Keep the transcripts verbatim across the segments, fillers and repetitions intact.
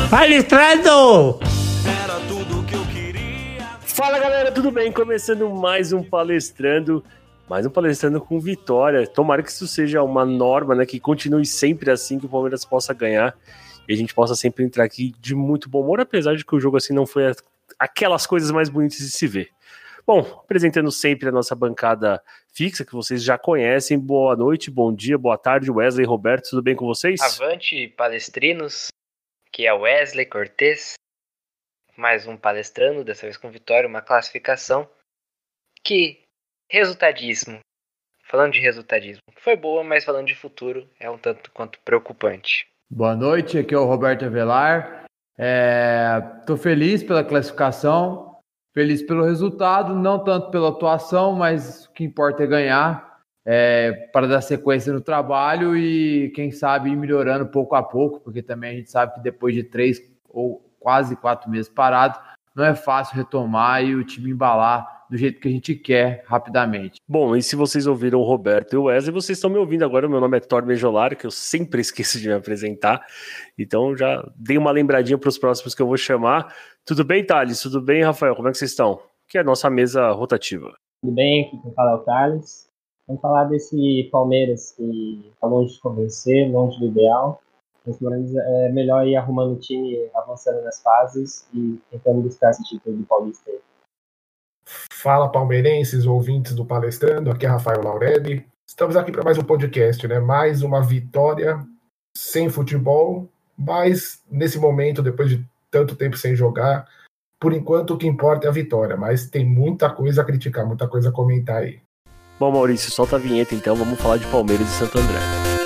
Palestrando! Era tudo que eu queria. Fala galera, tudo bem? Começando mais um Palestrando, mais um Palestrando com vitória. Tomara que isso seja uma norma, né? Que continue sempre assim, que o Palmeiras possa ganhar e a gente possa sempre entrar aqui de muito bom humor, apesar de que o jogo assim não foi aquelas coisas mais bonitas de se ver. Bom, apresentando sempre a nossa bancada fixa, que vocês já conhecem. Boa noite, bom dia, boa tarde, Wesley, Roberto, tudo bem com vocês? Avante, palestrinos, que é Wesley Cortez, mais um palestrando, dessa vez com vitória, uma classificação que, resultadismo, falando de resultadismo, foi boa, mas falando de futuro, é um tanto quanto preocupante. Boa noite, aqui é o Roberto Avelar, estou é, feliz pela classificação, feliz pelo resultado, não tanto pela atuação, mas o que importa é ganhar, é, para dar sequência no trabalho e, quem sabe, ir melhorando pouco a pouco, porque também a gente sabe que depois de três ou quase quatro meses parado, não é fácil retomar e o time embalar do jeito que a gente quer, rapidamente. Bom, e se vocês ouviram o Roberto e o Wesley, vocês estão me ouvindo agora. Meu nome é Thor Mejolari, que eu sempre esqueço de me apresentar, então já dei uma lembradinha para os próximos que eu vou chamar. Tudo bem, Thales? Tudo bem, Rafael? Como é que vocês estão? Que é a nossa mesa rotativa. Tudo bem, aqui quem fala é o Thales. Vamos falar desse Palmeiras que está longe de convencer, longe do ideal. Mas pelo menos é melhor ir arrumando o time, avançando nas fases e tentando buscar esse título do Paulista aí. Fala, palmeirenses, ouvintes do Palestrando, aqui é Rafael Lauredi. Estamos aqui para mais um podcast, né? Mais uma vitória sem futebol, mas nesse momento, depois de tanto tempo sem jogar, por enquanto o que importa é a vitória, mas tem muita coisa a criticar, muita coisa a comentar aí. Bom, Maurício, solta a vinheta então, vamos falar de Palmeiras e Santo André.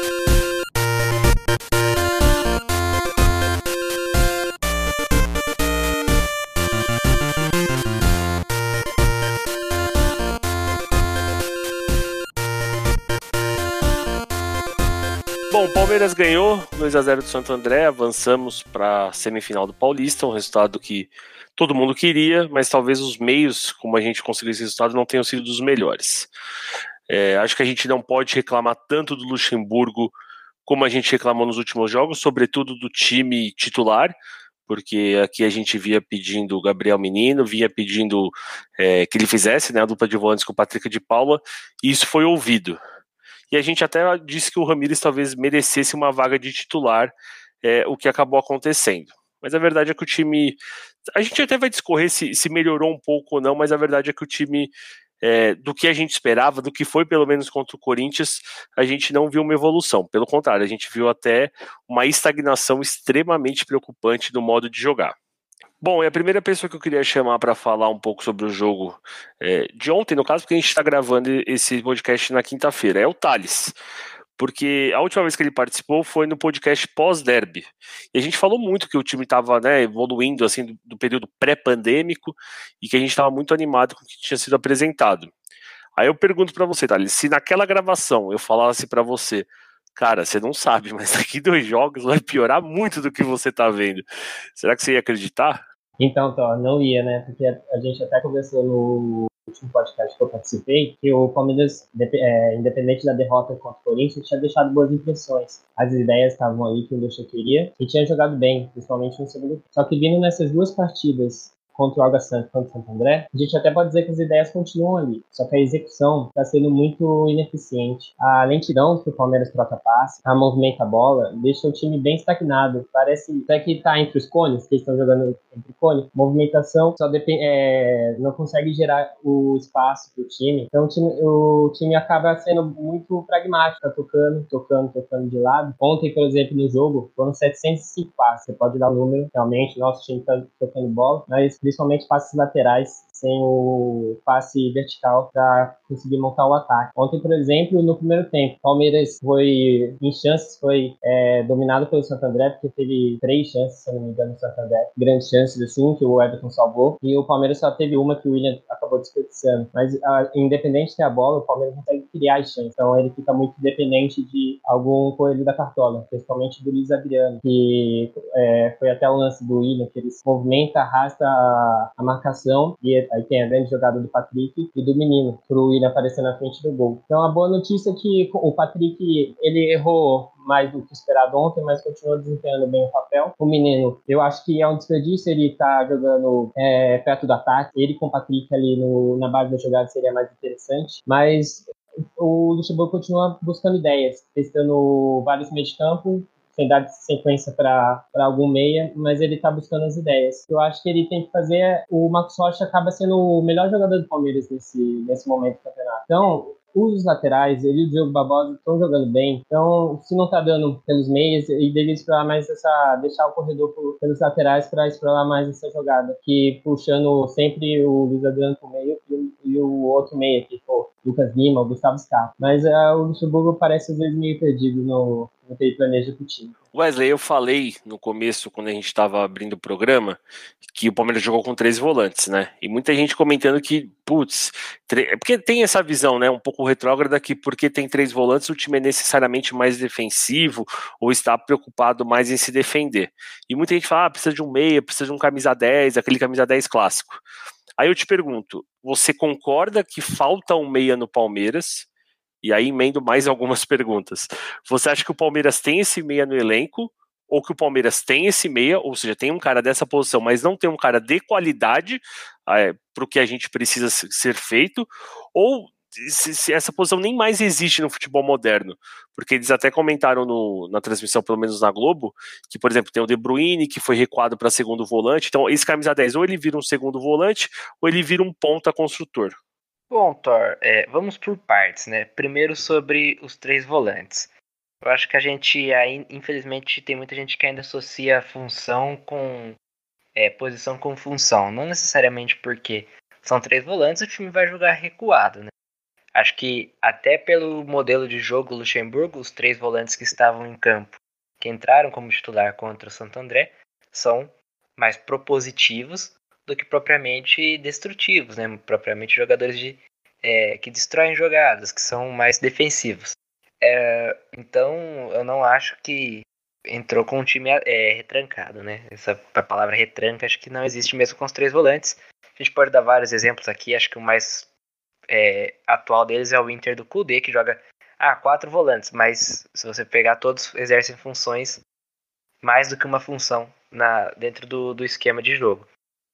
Bom, o Palmeiras ganhou dois a zero do Santo André, avançamos para a semifinal do Paulista, um resultado que todo mundo queria, mas talvez os meios como a gente conseguiu esse resultado não tenham sido dos melhores. É, acho que a gente não pode reclamar tanto do Luxemburgo como a gente reclamou nos últimos jogos, sobretudo do time titular, porque aqui a gente via pedindo o Gabriel Menino, vinha pedindo é, que ele fizesse, né, a dupla de volantes com o Patrick de Paula, e isso foi ouvido. E a gente até disse que o Ramires talvez merecesse uma vaga de titular, é, o que acabou acontecendo. Mas a verdade é que o time... A gente até vai discorrer se, se melhorou um pouco ou não, mas a verdade é que o time, é, do que a gente esperava, do que foi pelo menos contra o Corinthians, a gente não viu uma evolução. Pelo contrário, a gente viu até uma estagnação extremamente preocupante do modo de jogar. Bom, e a primeira pessoa que eu queria chamar para falar um pouco sobre o jogo é, de ontem, no caso, porque a gente está gravando esse podcast na quinta-feira, é o Thales. Porque a última vez que ele participou foi no podcast pós-derby. E a gente falou muito que o time estava, né, evoluindo assim, do, do período pré-pandêmico e que a gente estava muito animado com o que tinha sido apresentado. Aí eu pergunto para você, Thales, se naquela gravação eu falasse para você, cara, você não sabe, mas daqui dois jogos vai piorar muito do que você está vendo. Será que você ia acreditar? Então, Thor, não ia, né? Porque a gente até conversou no último podcast que eu participei, que o Palmeiras, é, independente da derrota contra o Corinthians, tinha deixado boas impressões. As ideias estavam ali que o Lucha queria e tinha jogado bem, principalmente no segundo tempo. Só que vindo nessas duas partidas contra o Água Santa e contra o Santo André, a gente até pode dizer que as ideias continuam ali, só que a execução está sendo muito ineficiente. A lentidão que o Palmeiras troca passe, a movimenta a bola, deixa o time bem estagnado. Parece até que está entre os cones, que eles estão jogando entre cones, movimentação só depend, é, não consegue gerar o espaço para o time, então o time, o time acaba sendo muito pragmático, tá tocando, tocando, tocando de lado. Ontem, por exemplo, no jogo, foram setecentos e cinco passes, você pode dar o número, realmente, nosso time está tocando bola, mas principalmente passes laterais, sem o passe vertical para conseguir montar o ataque. Ontem, por exemplo, no primeiro tempo, o Palmeiras foi, em chances, foi é, dominado pelo Santo André, porque teve três chances, se eu não me engano, no Santo André. Grandes chances, assim, que o Everton salvou. E o Palmeiras só teve uma que o William acabou desperdiçando. Mas, a, independente da bola, o Palmeiras não consegue criar as chances. Então, ele fica muito dependente de algum coelho da cartola, principalmente do Luiz Adriano, que é, foi até o lance do William, que ele se movimenta, arrasta a, a marcação e aí tem a grande jogada do Patrick e do menino, pro William aparecer na frente do gol. Então a boa notícia é que o Patrick, ele errou mais do que esperado ontem, mas continua desempenhando bem o papel. O menino, eu acho que é um desperdício ele tá jogando é, perto do ataque, ele com o Patrick ali no, na base da jogada seria mais interessante, mas o Luxemburgo continua buscando ideias, testando vários meios de campo, sem dar sequência para algum meia, mas ele está buscando as ideias. Eu acho que ele tem que fazer... O Marcos Rocha acaba sendo o melhor jogador do Palmeiras nesse, nesse momento do campeonato. Então, os laterais, ele e o Diogo Barbosa estão jogando bem. Então, se não está dando pelos meias, ele deveria explorar mais essa... deixar o corredor por, pelos laterais para explorar mais essa jogada. Que puxando sempre o Luiz Adriano pro meio e, e o outro meia, que for Lucas Lima, o Gustavo Scarpa. Mas uh, o Luxemburgo parece às vezes meio perdido no... no que ele planeja pro time. Wesley, eu falei no começo, quando a gente estava abrindo o programa, que o Palmeiras jogou com três volantes, né? E muita gente comentando que, putz, tre... é porque tem essa visão, né? Um pouco retrógrada que porque tem três volantes o time é necessariamente mais defensivo ou está preocupado mais em se defender. E muita gente fala, ah, precisa de um meia, precisa de um camisa dez, aquele camisa dez clássico. Aí eu te pergunto, você concorda que falta um meia no Palmeiras? E aí emendo mais algumas perguntas. Você acha que o Palmeiras tem esse meia no elenco? Ou que o Palmeiras tem esse meia, ou seja, tem um cara dessa posição, mas não tem um cara de qualidade é, para o que a gente precisa ser feito? Ou se, se essa posição nem mais existe no futebol moderno? Porque eles até comentaram no, na transmissão, pelo menos na Globo, que, por exemplo, tem o De Bruyne, que foi recuado para segundo volante. Então, esse camisa dez, ou ele vira um segundo volante, ou ele vira um ponta construtor. Bom, Thor, é, vamos por partes, né? Primeiro sobre os três volantes. Eu acho que a gente, aí, infelizmente, tem muita gente que ainda associa função com... É, posição com função. Não necessariamente porque são três volantes, o time vai jogar recuado, né? Acho que até pelo modelo de jogo Luxemburgo, os três volantes que estavam em campo, que entraram como titular contra o Santo André, são mais propositivos do que propriamente destrutivos, né? Propriamente jogadores de, é, que destroem jogadas, que são mais defensivos. É, então, eu não acho que entrou com um time é, retrancado, né? Essa a palavra retranca acho que não existe mesmo com os três volantes. A gente pode dar vários exemplos aqui, acho que o mais é, atual deles é o Inter do Kudê, que joga ah, quatro volantes, mas se você pegar, todos exercem funções mais do que uma função na, dentro do, do esquema de jogo.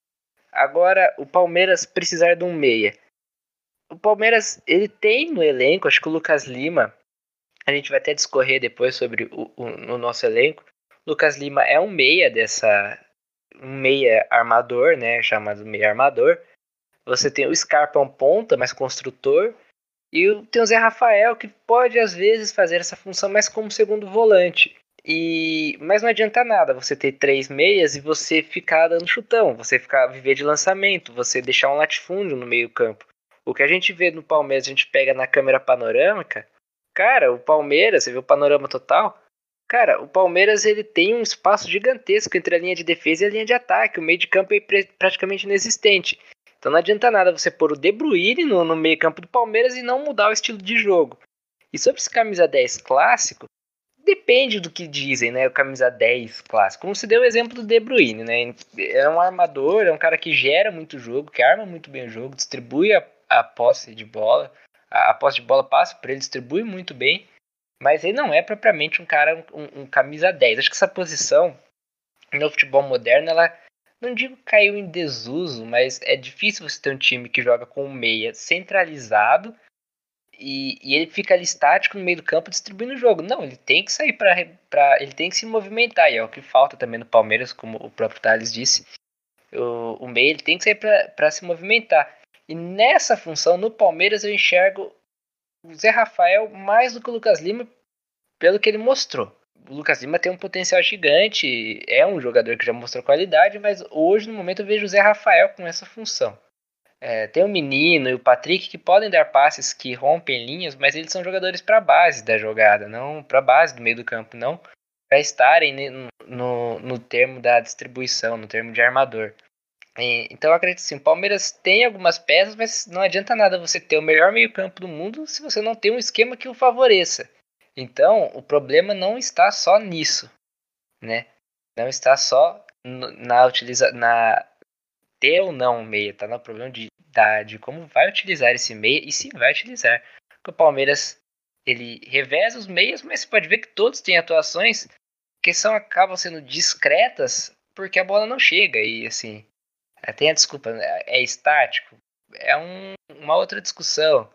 Agora, o Palmeiras precisar de um meia. O Palmeiras, ele tem no elenco, acho que o Lucas Lima, a gente vai até discorrer depois sobre o, o, o nosso elenco. O Lucas Lima é um meia dessa, um meia armador, né, chamado meia armador. Você tem o Scarpa, um ponta, mais construtor. E tem o Zé Rafael, que pode às vezes fazer essa função mais como segundo volante. E, mas não adianta nada você ter três meias e você ficar dando chutão, você ficar viver de lançamento, você deixar um latifúndio no meio campo. O que a gente vê no Palmeiras, a gente pega na câmera panorâmica, cara, o Palmeiras, você vê o panorama total, cara, o Palmeiras ele tem um espaço gigantesco entre a linha de defesa e a linha de ataque, o meio de campo é praticamente inexistente. Então não adianta nada você pôr o De Bruyne no, no meio campo do Palmeiras e não mudar o estilo de jogo. E sobre esse camisa dez clássico, depende do que dizem, né? O camisa dez clássico. Como se deu o exemplo do De Bruyne, né? É um armador, é um cara que gera muito jogo, que arma muito bem o jogo, distribui a, a posse de bola. A, a posse de bola passa por ele, distribui muito bem. Mas ele não é propriamente um cara, um, um camisa dez. Acho que essa posição, no futebol moderno, ela, não digo que caiu em desuso, mas é difícil você ter um time que joga com um meia centralizado E, e ele fica ali estático no meio do campo distribuindo o jogo. Não, ele tem que sair para ele tem que se movimentar, e é o que falta também no Palmeiras, como o próprio Thales disse. O, o meio ele tem que sair para se movimentar. E nessa função, no Palmeiras, eu enxergo o Zé Rafael mais do que o Lucas Lima, pelo que ele mostrou. O Lucas Lima tem um potencial gigante, é um jogador que já mostrou qualidade, mas hoje, no momento, eu vejo o Zé Rafael com essa função. É, tem o Menino e o Patrick que podem dar passes que rompem linhas, mas eles são jogadores para a base da jogada, não para a base do meio do campo, não para estarem no, no, no termo da distribuição, no termo de armador. E, então eu acredito assim, o Palmeiras tem algumas peças, mas não adianta nada você ter o melhor meio campo do mundo se você não tem um esquema que o favoreça. Então o problema não está só nisso, né? Não está só no, na utilização, na ter ou não um meia, tá no problema de, da, de como vai utilizar esse meia e se vai utilizar. Porque o Palmeiras, ele reveza os meias, mas você pode ver que todos têm atuações que são, acabam sendo discretas porque a bola não chega. E assim, tem a desculpa, é estático, é um, uma outra discussão.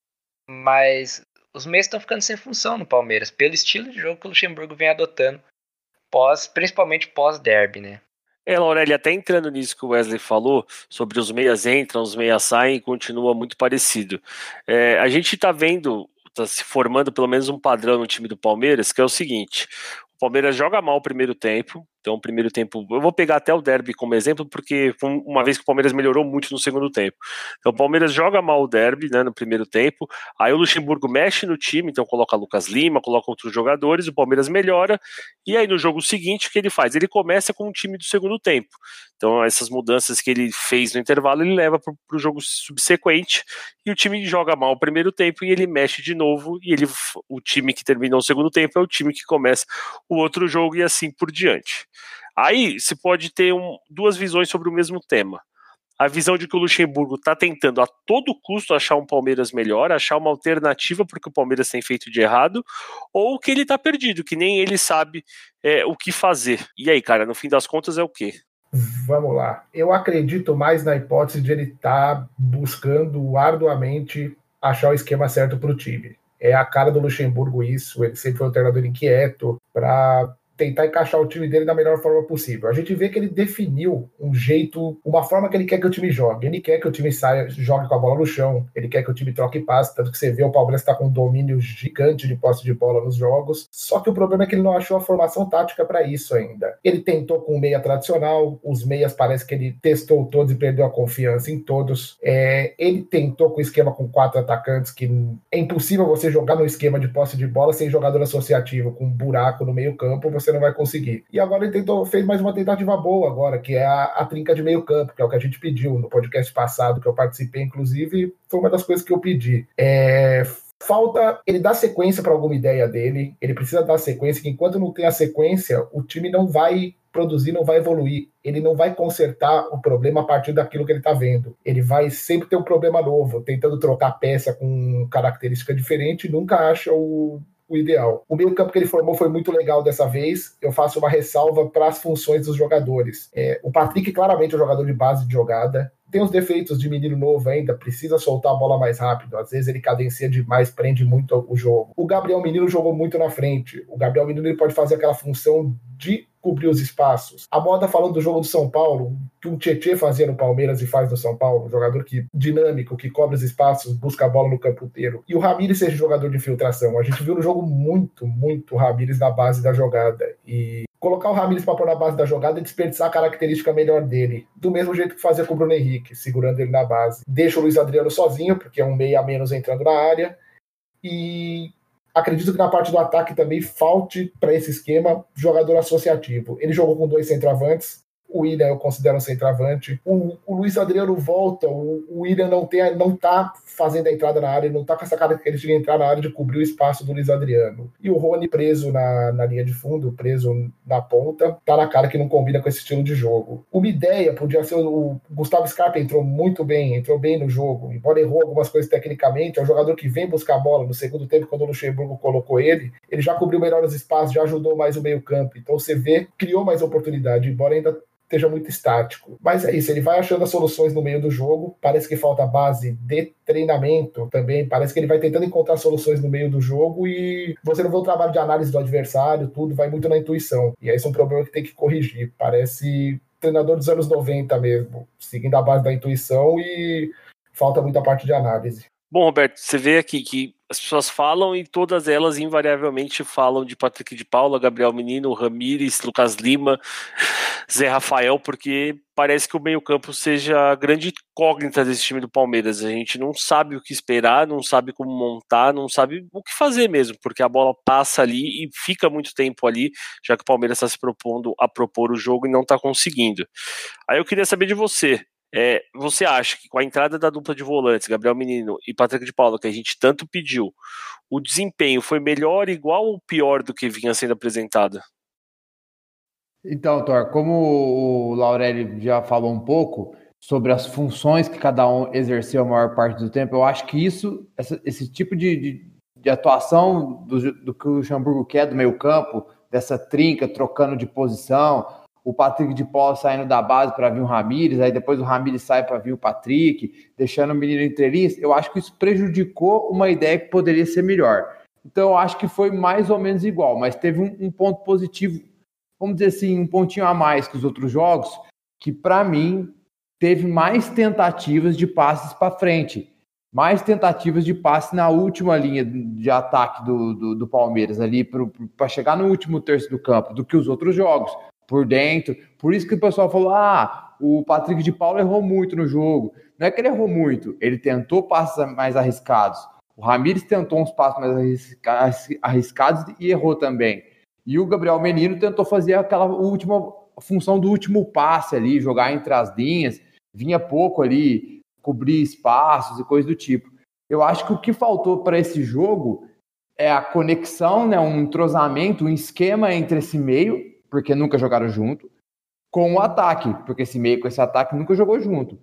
Mas os meias estão ficando sem função no Palmeiras, pelo estilo de jogo que o Luxemburgo vem adotando, pós, principalmente pós-derby, né? É, Laureli, até entrando nisso que o Wesley falou, sobre os meias entram, os meias saem, continua muito parecido. É, a gente está vendo, está se formando pelo menos um padrão no time do Palmeiras, que é o seguinte: o Palmeiras joga mal o primeiro tempo, então o primeiro tempo, eu vou pegar até o derby como exemplo, porque foi uma vez que o Palmeiras melhorou muito no segundo tempo. Então o Palmeiras joga mal o derby, né, no primeiro tempo, aí o Luxemburgo mexe no time, então coloca Lucas Lima, coloca outros jogadores, o Palmeiras melhora, e aí no jogo seguinte o que ele faz? Ele começa com o time do segundo tempo. Então essas mudanças que ele fez no intervalo, ele leva para o jogo subsequente, e o time joga mal o primeiro tempo, e ele mexe de novo, e ele, o time que terminou o segundo tempo é o time que começa o outro jogo, e assim por diante. Aí se pode ter um, duas visões sobre o mesmo tema. A visão de que o Luxemburgo está tentando a todo custo achar um Palmeiras melhor, achar uma alternativa porque o Palmeiras tem feito de errado, ou que ele está perdido, que nem ele sabe é, o que fazer. E aí, cara, no fim das contas é o quê? Vamos lá. Eu acredito mais na hipótese de ele estar tá buscando arduamente achar o esquema certo para o time. É a cara do Luxemburgo isso, ele sempre foi um treinador inquieto para tentar encaixar o time dele da melhor forma possível. A gente vê que ele definiu um jeito, uma forma que ele quer que o time jogue. Ele quer que o time saia, jogue com a bola no chão, ele quer que o time troque passe, tanto que você vê o Palmeiras está com um domínio gigante de posse de bola nos jogos, só que o problema é que ele não achou a formação tática para isso ainda. Ele tentou com o meia tradicional, os meias parece que ele testou todos e perdeu a confiança em todos. É, ele tentou com o esquema com quatro atacantes, que é impossível você jogar no esquema de posse de bola sem jogador associativo, com um buraco no meio campo, você não vai conseguir. E agora ele tentou, fez mais uma tentativa boa agora, que é a, a trinca de meio campo, que é o que a gente pediu no podcast passado, que eu participei, inclusive, foi uma das coisas que eu pedi. É, falta ele dar sequência para alguma ideia dele, ele precisa dar sequência, que enquanto não tem a sequência, o time não vai produzir, não vai evoluir, ele não vai consertar o problema a partir daquilo que ele está vendo. Ele vai sempre ter um problema novo, tentando trocar peça com característica diferente, e nunca acha o o ideal. O meio campo que ele formou foi muito legal dessa vez. Eu faço uma ressalva para as funções dos jogadores. É, o Patrick claramente é um jogador de base de jogada. Tem os defeitos de menino novo ainda, precisa soltar a bola mais rápido. Às vezes ele cadencia demais, prende muito o jogo. O Gabriel Menino jogou muito na frente. O Gabriel Menino ele pode fazer aquela função de cobrir os espaços. A moda falando do jogo do São Paulo, que um Tietê fazia no Palmeiras e faz no São Paulo, um jogador que, dinâmico, que cobre os espaços, busca a bola no campo inteiro. E o Ramires seja jogador de infiltração. A gente viu no jogo muito, muito Ramires na base da jogada. E colocar o Ramires para pôr na base da jogada e desperdiçar a característica melhor dele. Do mesmo jeito que fazia com o Bruno Henrique, segurando ele na base. Deixa o Luiz Adriano sozinho, porque é um meia a menos entrando na área. E acredito que na parte do ataque também falte para esse esquema jogador associativo. Ele jogou com dois centroavantes. O William eu considero um centroavante. O, o Luiz Adriano volta. O, o William não, tem, não tá fazendo a entrada na área, não tá com essa característica de entrar na área de cobrir o espaço do Luiz Adriano. E o Rony preso na, na linha de fundo, preso na ponta, tá na cara que não combina com esse estilo de jogo. Uma ideia podia ser o, o Gustavo Scarpa entrou muito bem, entrou bem no jogo, embora errou algumas coisas tecnicamente, é um jogador que vem buscar a bola no segundo tempo, quando o Luxemburgo colocou ele, ele já cobriu melhor os espaços, já ajudou mais o meio campo, então você vê, criou mais oportunidade, embora ainda esteja muito estático. Mas é isso, ele vai achando as soluções no meio do jogo, parece que falta base de treinamento também, parece que ele vai tentando encontrar soluções no meio do jogo e você não vê o trabalho de análise do adversário, tudo vai muito na intuição. E esse é um problema que tem que corrigir. Parece treinador dos anos noventa mesmo, seguindo a base da intuição e falta muita parte de análise. Bom, Roberto, você vê aqui que as pessoas falam e todas elas invariavelmente falam de Patrick de Paula, Gabriel Menino, Ramires, Lucas Lima, Zé Rafael, porque parece que o meio-campo seja a grande incógnita desse time do Palmeiras. A gente não sabe o que esperar, não sabe como montar, não sabe o que fazer mesmo, porque a bola passa ali e fica muito tempo ali, já que o Palmeiras está se propondo a propor o jogo e não está conseguindo. Aí eu queria saber de você. É, você acha que com a entrada da dupla de volantes, Gabriel Menino e Patrick de Paula, que a gente tanto pediu, o desempenho foi melhor, igual ou pior do que vinha sendo apresentado? Então, Thor, como o Laureli já falou um pouco sobre as funções que cada um exerceu a maior parte do tempo. Eu acho que isso, essa, esse tipo de, de, de atuação do, do que o Luxemburgo quer do meio campo, dessa trinca, trocando de posição, o Patrick de Paula saindo da base para vir o Ramires, aí depois o Ramires sai para vir o Patrick, deixando o menino entre linhas, eu acho que isso prejudicou uma ideia que poderia ser melhor. Então eu acho que foi mais ou menos igual, mas teve um, um ponto positivo, vamos dizer assim, um pontinho a mais que os outros jogos, que para mim teve mais tentativas de passes para frente, mais tentativas de passe na última linha de ataque do, do, do Palmeiras, ali para chegar no último terço do campo, do que os outros jogos, por dentro. Por isso que o pessoal falou, ah, o Patrick de Paula errou muito no jogo. Não é que ele errou muito, ele tentou passes mais arriscados. O Ramires tentou uns passes mais arriscados e errou também. E o Gabriel Menino tentou fazer aquela última função do último passe ali, jogar entre as linhas, vinha pouco ali, cobrir espaços e coisas do tipo. Eu acho que o que faltou para esse jogo é a conexão, né, um entrosamento, um esquema entre esse meio, porque nunca jogaram junto, com o ataque, porque esse meio com esse ataque nunca jogou junto.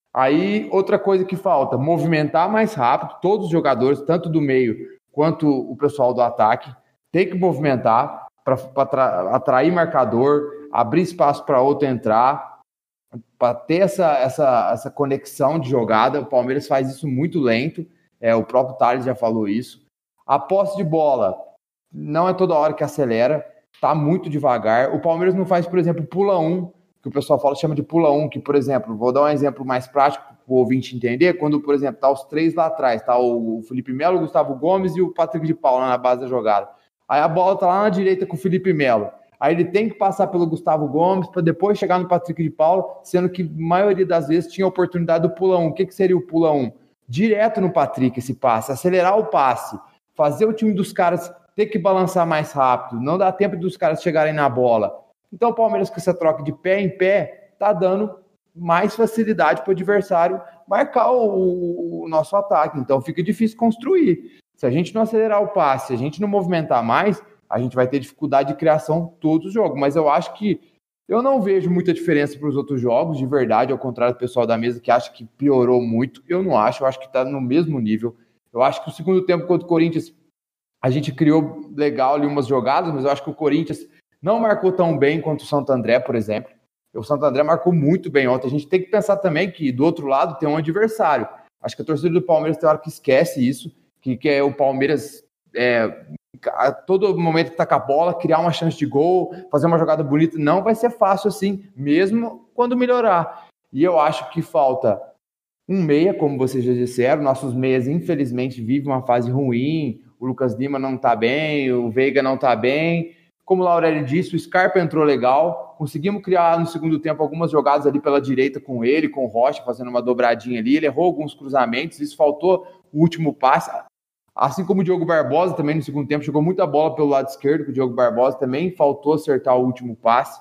Aí, outra coisa que falta, movimentar mais rápido, todos os jogadores, tanto do meio quanto o pessoal do ataque, tem que movimentar para atrair marcador, abrir espaço para outro entrar, para ter essa, essa, essa conexão de jogada. O Palmeiras faz isso muito lento, é, o próprio Thales já falou isso. A posse de bola não é toda hora que acelera, está muito devagar. O Palmeiras não faz, por exemplo, pula um, que o pessoal fala, chama de pula um, que, por exemplo, vou dar um exemplo mais prático para o ouvinte entender, quando, por exemplo, tá os três lá atrás, tá o Felipe Melo, o Gustavo Gomes e o Patrick de Paula na base da jogada. Aí a bola tá lá na direita com o Felipe Melo. Aí ele tem que passar pelo Gustavo Gomes para depois chegar no Patrick de Paula, sendo que a maioria das vezes tinha a oportunidade do pula um. O que, que seria o pula um? Direto no Patrick esse passe, acelerar o passe, fazer o time dos caras ter que balançar mais rápido, não dá tempo dos caras chegarem na bola. Então o Palmeiras, com essa troca de pé em pé, tá dando mais facilidade para o adversário marcar o, o nosso ataque. Então fica difícil construir. Se a gente não acelerar o passe, se a gente não movimentar mais, a gente vai ter dificuldade de criação todos os jogos. Mas eu acho que eu não vejo muita diferença para os outros jogos, de verdade, ao contrário do pessoal da mesa que acha que piorou muito. Eu não acho, eu acho que está no mesmo nível. Eu acho que o segundo tempo contra o Corinthians, a gente criou legal ali umas jogadas, mas eu acho que o Corinthians não marcou tão bem quanto o Santo André, por exemplo. O Santo André marcou muito bem ontem. A gente tem que pensar também que do outro lado tem um adversário. Acho que a torcida do Palmeiras tem hora que esquece isso, que, que é o Palmeiras, é, a todo momento que tá com a bola, criar uma chance de gol, fazer uma jogada bonita. Não vai ser fácil assim, mesmo quando melhorar. E eu acho que falta um meia, como vocês já disseram. Nossos meias, infelizmente, vivem uma fase ruim. O Lucas Lima não tá bem, o Veiga não tá bem. Como o Laurélio disse, o Scarpa entrou legal. Conseguimos criar no segundo tempo algumas jogadas ali pela direita com ele, com o Rocha, fazendo uma dobradinha ali. Ele errou alguns cruzamentos, isso faltou o último passe. Assim como o Diogo Barbosa também no segundo tempo, jogou muita bola pelo lado esquerdo, que o Diogo Barbosa também faltou acertar o último passe.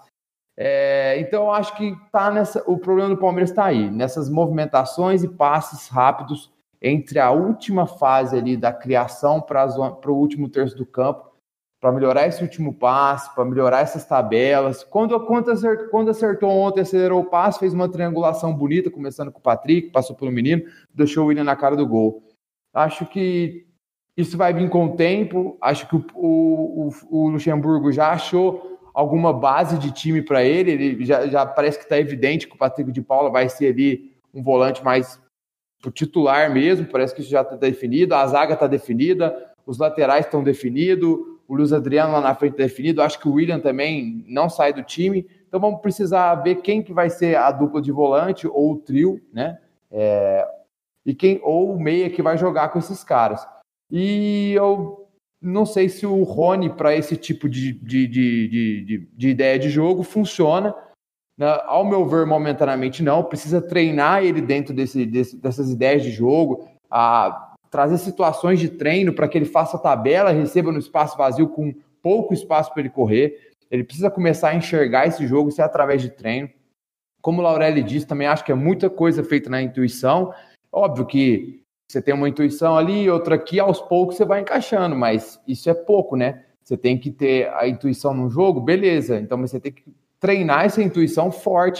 É, então eu acho que tá nessa, o problema do Palmeiras está aí, nessas movimentações e passes rápidos entre a última fase ali da criação para o último terço do campo, para melhorar esse último passe, para melhorar essas tabelas. Quando, quando, acertou, quando acertou ontem, acelerou o passe, fez uma triangulação bonita, começando com o Patrick, passou pelo menino, deixou o William na cara do gol. Acho que isso vai vir com o tempo. Acho que o, o, o Luxemburgo já achou alguma base de time para ele. Ele já, já parece que está evidente que o Patrick de Paula vai ser ali um volante mais o titular mesmo. Parece que isso já está definido. A zaga está definida, os laterais estão definidos, o Luiz Adriano lá na frente está definido. Acho que o William também não sai do time. Então vamos precisar ver quem que vai ser a dupla de volante ou o trio, né? É, e quem, ou o meia que vai jogar com esses caras. E eu não sei se o Rony, para esse tipo de, de, de, de, de ideia de jogo, funciona. Ao meu ver, momentaneamente não. Precisa treinar ele dentro desse, desse, dessas ideias de jogo, a trazer situações de treino para que ele faça a tabela, receba no espaço vazio com pouco espaço para ele correr. Ele precisa começar a enxergar esse jogo, isso é através de treino. Como o Laurélio disse, também acho que é muita coisa feita na intuição. Óbvio que você tem uma intuição ali, outra aqui, aos poucos você vai encaixando, mas isso é pouco, né? Você tem que ter a intuição no jogo, beleza. Então você tem que treinar essa intuição forte,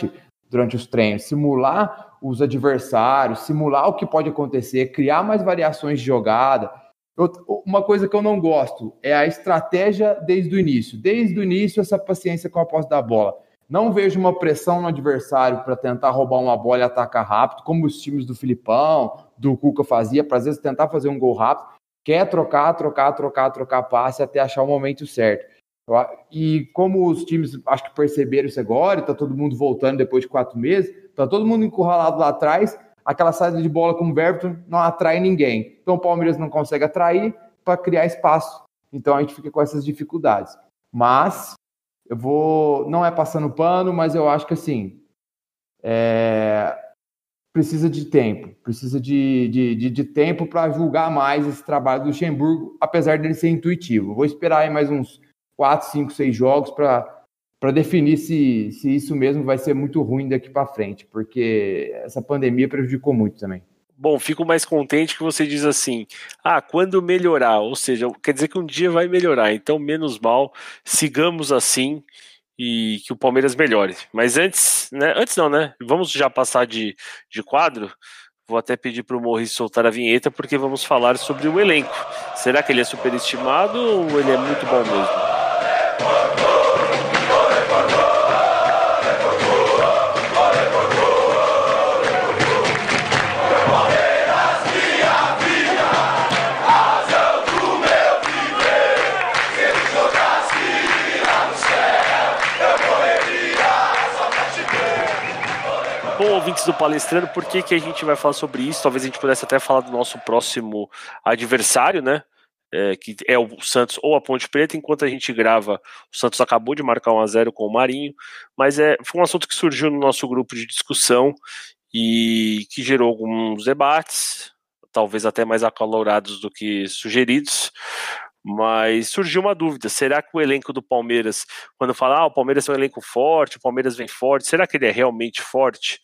durante os treinos, simular os adversários, simular o que pode acontecer, criar mais variações de jogada. Eu, uma coisa que eu não gosto é a estratégia desde o início. Desde o início, essa paciência com a posse da bola. Não vejo uma pressão no adversário para tentar roubar uma bola e atacar rápido, como os times do Filipão, do Cuca fazia, para às vezes tentar fazer um gol rápido. Quer trocar, trocar, trocar, trocar passe até achar o momento certo. E como os times acho que perceberam isso agora, está todo mundo voltando depois de quatro meses, está todo mundo encurralado lá atrás, aquela saída de bola com o Everton não atrai ninguém. Então o Palmeiras não consegue atrair para criar espaço. Então a gente fica com essas dificuldades. Mas eu vou, não é passando pano, mas eu acho que assim, é, precisa de tempo, precisa de, de, de, de tempo para julgar mais esse trabalho do Luxemburgo, apesar dele ser intuitivo. Vou esperar aí mais uns quatro, cinco, seis jogos para definir se, se isso mesmo vai ser muito ruim daqui para frente, porque essa pandemia prejudicou muito também. Bom, fico mais contente que você diz assim, ah, quando melhorar, ou seja, quer dizer que um dia vai melhorar, então menos mal, sigamos assim e que o Palmeiras melhore. Mas antes, né, antes não, né, vamos já passar de, de quadro, vou até pedir para o Morris soltar a vinheta, porque vamos falar sobre o elenco. Será que ele é superestimado ou ele é muito bom mesmo? Bom, ouvintes do Palestrando, por que que a gente vai falar sobre isso? Talvez a gente pudesse até falar do nosso próximo adversário, né? É, que é o Santos ou a Ponte Preta. Enquanto a gente grava, o Santos acabou de marcar um a zero com o Marinho, mas é, foi um assunto que surgiu no nosso grupo de discussão e que gerou alguns debates, talvez até mais acalorados do que sugeridos. Mas surgiu uma dúvida, será que o elenco do Palmeiras, quando fala, ah, o Palmeiras é um elenco forte, o Palmeiras vem forte, será que ele é realmente forte?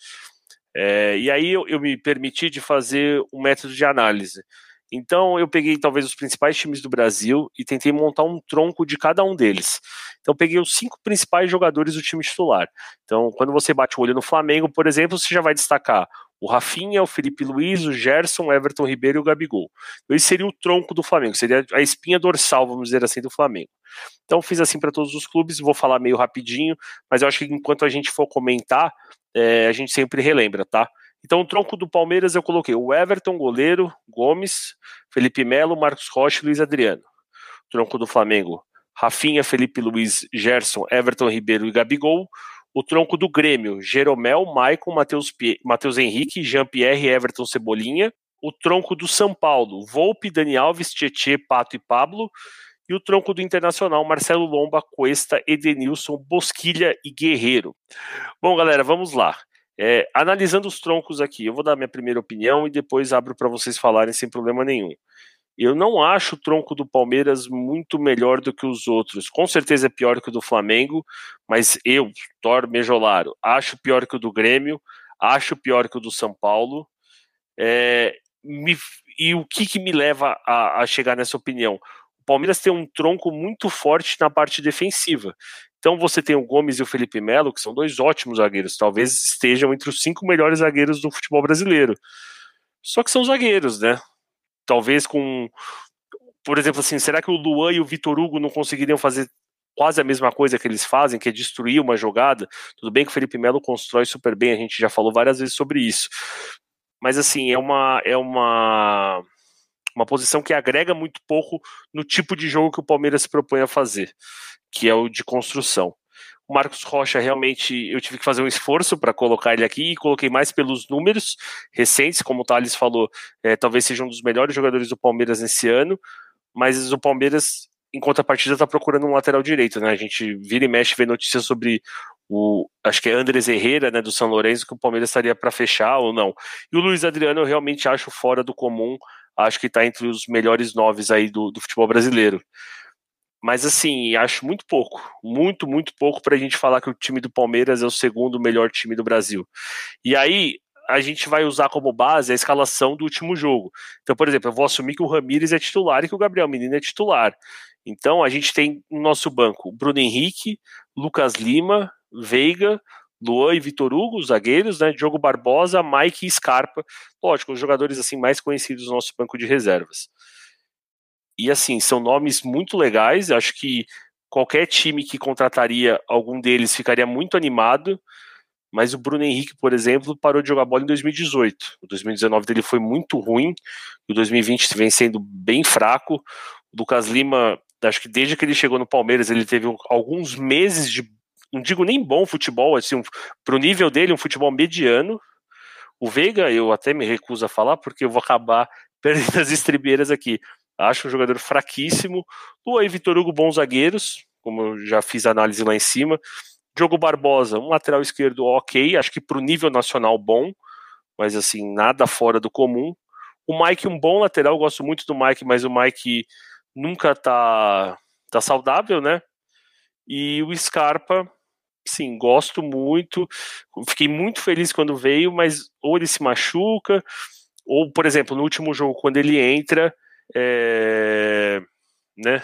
É, e aí eu, eu me permiti de fazer um método de análise. Então eu peguei talvez os principais times do Brasil e tentei montar um tronco de cada um deles. Então eu peguei os cinco principais jogadores do time titular. Então quando você bate o olho no Flamengo, por exemplo, você já vai destacar o Rafinha, o Felipe Luiz, o Gerson, o Everton Ribeiro e o Gabigol. Esse seria o tronco do Flamengo, seria a espinha dorsal, vamos dizer assim, do Flamengo. Então fiz assim para todos os clubes, vou falar meio rapidinho, mas eu acho que enquanto a gente for comentar, é, a gente sempre relembra, tá? Então o tronco do Palmeiras eu coloquei o Everton, goleiro, Gomes, Felipe Melo, Marcos Rocha e Luiz Adriano. O tronco do Flamengo, Rafinha, Felipe Luiz, Gerson, Everton Ribeiro e Gabigol. O tronco do Grêmio, Jeromel, Maicon, Matheus, Matheus Henrique, Jean-Pierre, Everton, Cebolinha. O tronco do São Paulo, Volpe, Dani Alves, Tietê, Pato e Pablo. E o tronco do Internacional, Marcelo Lomba, Cuesta, Edenilson, Bosquilha e Guerreiro. Bom, galera, vamos lá. É, analisando os troncos aqui, eu vou dar minha primeira opinião e depois abro para vocês falarem sem problema nenhum. Eu não acho o tronco do Palmeiras muito melhor do que os outros. Com certeza é pior que o do Flamengo, mas eu, Thor Mejolaro, acho pior que o do Grêmio, acho pior que o do São Paulo. É, me, e o que, que me leva a, a chegar nessa opinião? O Palmeiras tem um tronco muito forte na parte defensiva. Então você tem o Gomes e o Felipe Melo, que são dois ótimos zagueiros, talvez estejam entre os cinco melhores zagueiros do futebol brasileiro. Só que são zagueiros, né? Talvez com, por exemplo, assim, será que o Luan e o Vitor Hugo não conseguiriam fazer quase a mesma coisa que eles fazem, que é destruir uma jogada? Tudo bem que o Felipe Melo constrói super bem, a gente já falou várias vezes sobre isso. Mas assim, é uma, é uma, uma posição que agrega muito pouco no tipo de jogo que o Palmeiras se propõe a fazer, que é o de construção. O Marcos Rocha, realmente, eu tive que fazer um esforço para colocar ele aqui e coloquei mais pelos números recentes, como o Thales falou, é, talvez seja um dos melhores jogadores do Palmeiras nesse ano, mas o Palmeiras, em contrapartida, está procurando um lateral direito, né? A gente vira e mexe, vê notícias sobre o, acho que é Andrés Herrera, né, do São Lourenço, que o Palmeiras estaria para fechar ou não. E o Luiz Adriano eu realmente acho fora do comum, acho que está entre os melhores noves aí do, do futebol brasileiro. Mas assim, acho muito pouco, muito, muito pouco para a gente falar que o time do Palmeiras é o segundo melhor time do Brasil. E aí, a gente vai usar como base a escalação do último jogo. Então, por exemplo, eu vou assumir que o Ramires é titular e que o Gabriel Menino é titular. Então, a gente tem no nosso banco Bruno Henrique, Lucas Lima, Veiga, Luan e Vitor Hugo, os zagueiros, né? Diogo Barbosa, Mike e Scarpa. Lógico, os jogadores assim mais conhecidos do nosso banco de reservas. E assim, são nomes muito legais. Acho que qualquer time que contrataria algum deles ficaria muito animado. Mas o Bruno Henrique, por exemplo, parou de jogar bola em dois mil e dezoito. O dois mil e dezenove dele foi muito ruim. O dois mil e vinte vem sendo bem fraco. O Lucas Lima, acho que desde que ele chegou no Palmeiras, ele teve alguns meses de, não digo nem bom futebol, assim, um, pro nível dele, um futebol mediano. O Veiga, eu até me recuso a falar, porque eu vou acabar perdendo as estribeiras aqui. Acho um jogador fraquíssimo. Luan e Vitor Hugo, bons zagueiros, como eu já fiz a análise lá em cima. Diogo Barbosa, um lateral esquerdo ok, acho que para o nível nacional bom, mas assim, nada fora do comum. O Mike, um bom lateral, gosto muito do Mike, mas o Mike nunca tá, tá saudável, né? E o Scarpa, sim, gosto muito, fiquei muito feliz quando veio, mas ou ele se machuca, ou, por exemplo, no último jogo, quando ele entra, é, né?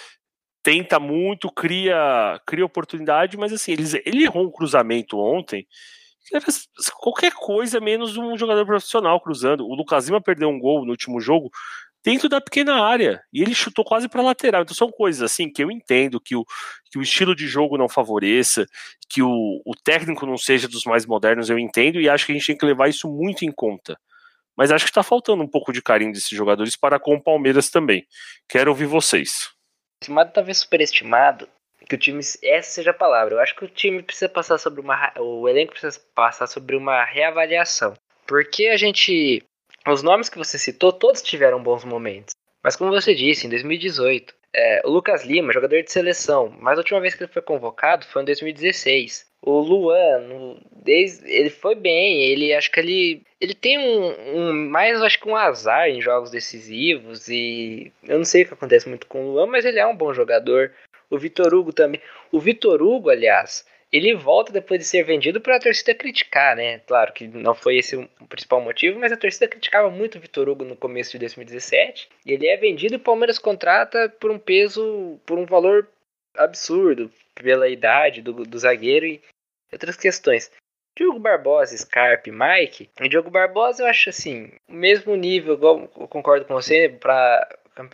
Tenta muito, cria, cria oportunidade, mas assim, ele, ele errou um cruzamento ontem, era qualquer coisa menos um jogador profissional cruzando. O Lucas Lima perdeu um gol no último jogo dentro da pequena área, e ele chutou quase para lateral. Então são coisas assim que eu entendo que o, que o estilo de jogo não favoreça, que o, o técnico não seja dos mais modernos, eu entendo, e acho que a gente tem que levar isso muito em conta. Mas acho que está faltando um pouco de carinho desses jogadores para com o Palmeiras também. Quero ouvir vocês. Estimado, talvez superestimado, que o time, essa seja a palavra, eu acho que o time precisa passar sobre uma, o elenco precisa passar sobre uma reavaliação, porque a gente, os nomes que você citou, todos tiveram bons momentos, mas como você disse, em dois mil e dezoito, é, o Lucas Lima, jogador de seleção, mas a última vez que ele foi convocado foi em dois mil e dezesseis. O Luan, no, desde, ele foi bem, ele acho que ele, ele tem um, um mais acho que um azar em jogos decisivos, e eu não sei o que acontece muito com o Luan, mas ele é um bom jogador. O Vitor Hugo também. O Vitor Hugo, aliás, ele volta depois de ser vendido para a torcida criticar, né? Claro que não foi esse o principal motivo, mas a torcida criticava muito o Vitor Hugo no começo de dois mil e dezessete. E ele é vendido e o Palmeiras contrata por um peso, por um valor absurdo, pela idade do, do zagueiro e outras questões. Diogo Barbosa, Scarpa e Mike. O Diogo Barbosa eu acho assim, o mesmo nível, igual, eu concordo com você, para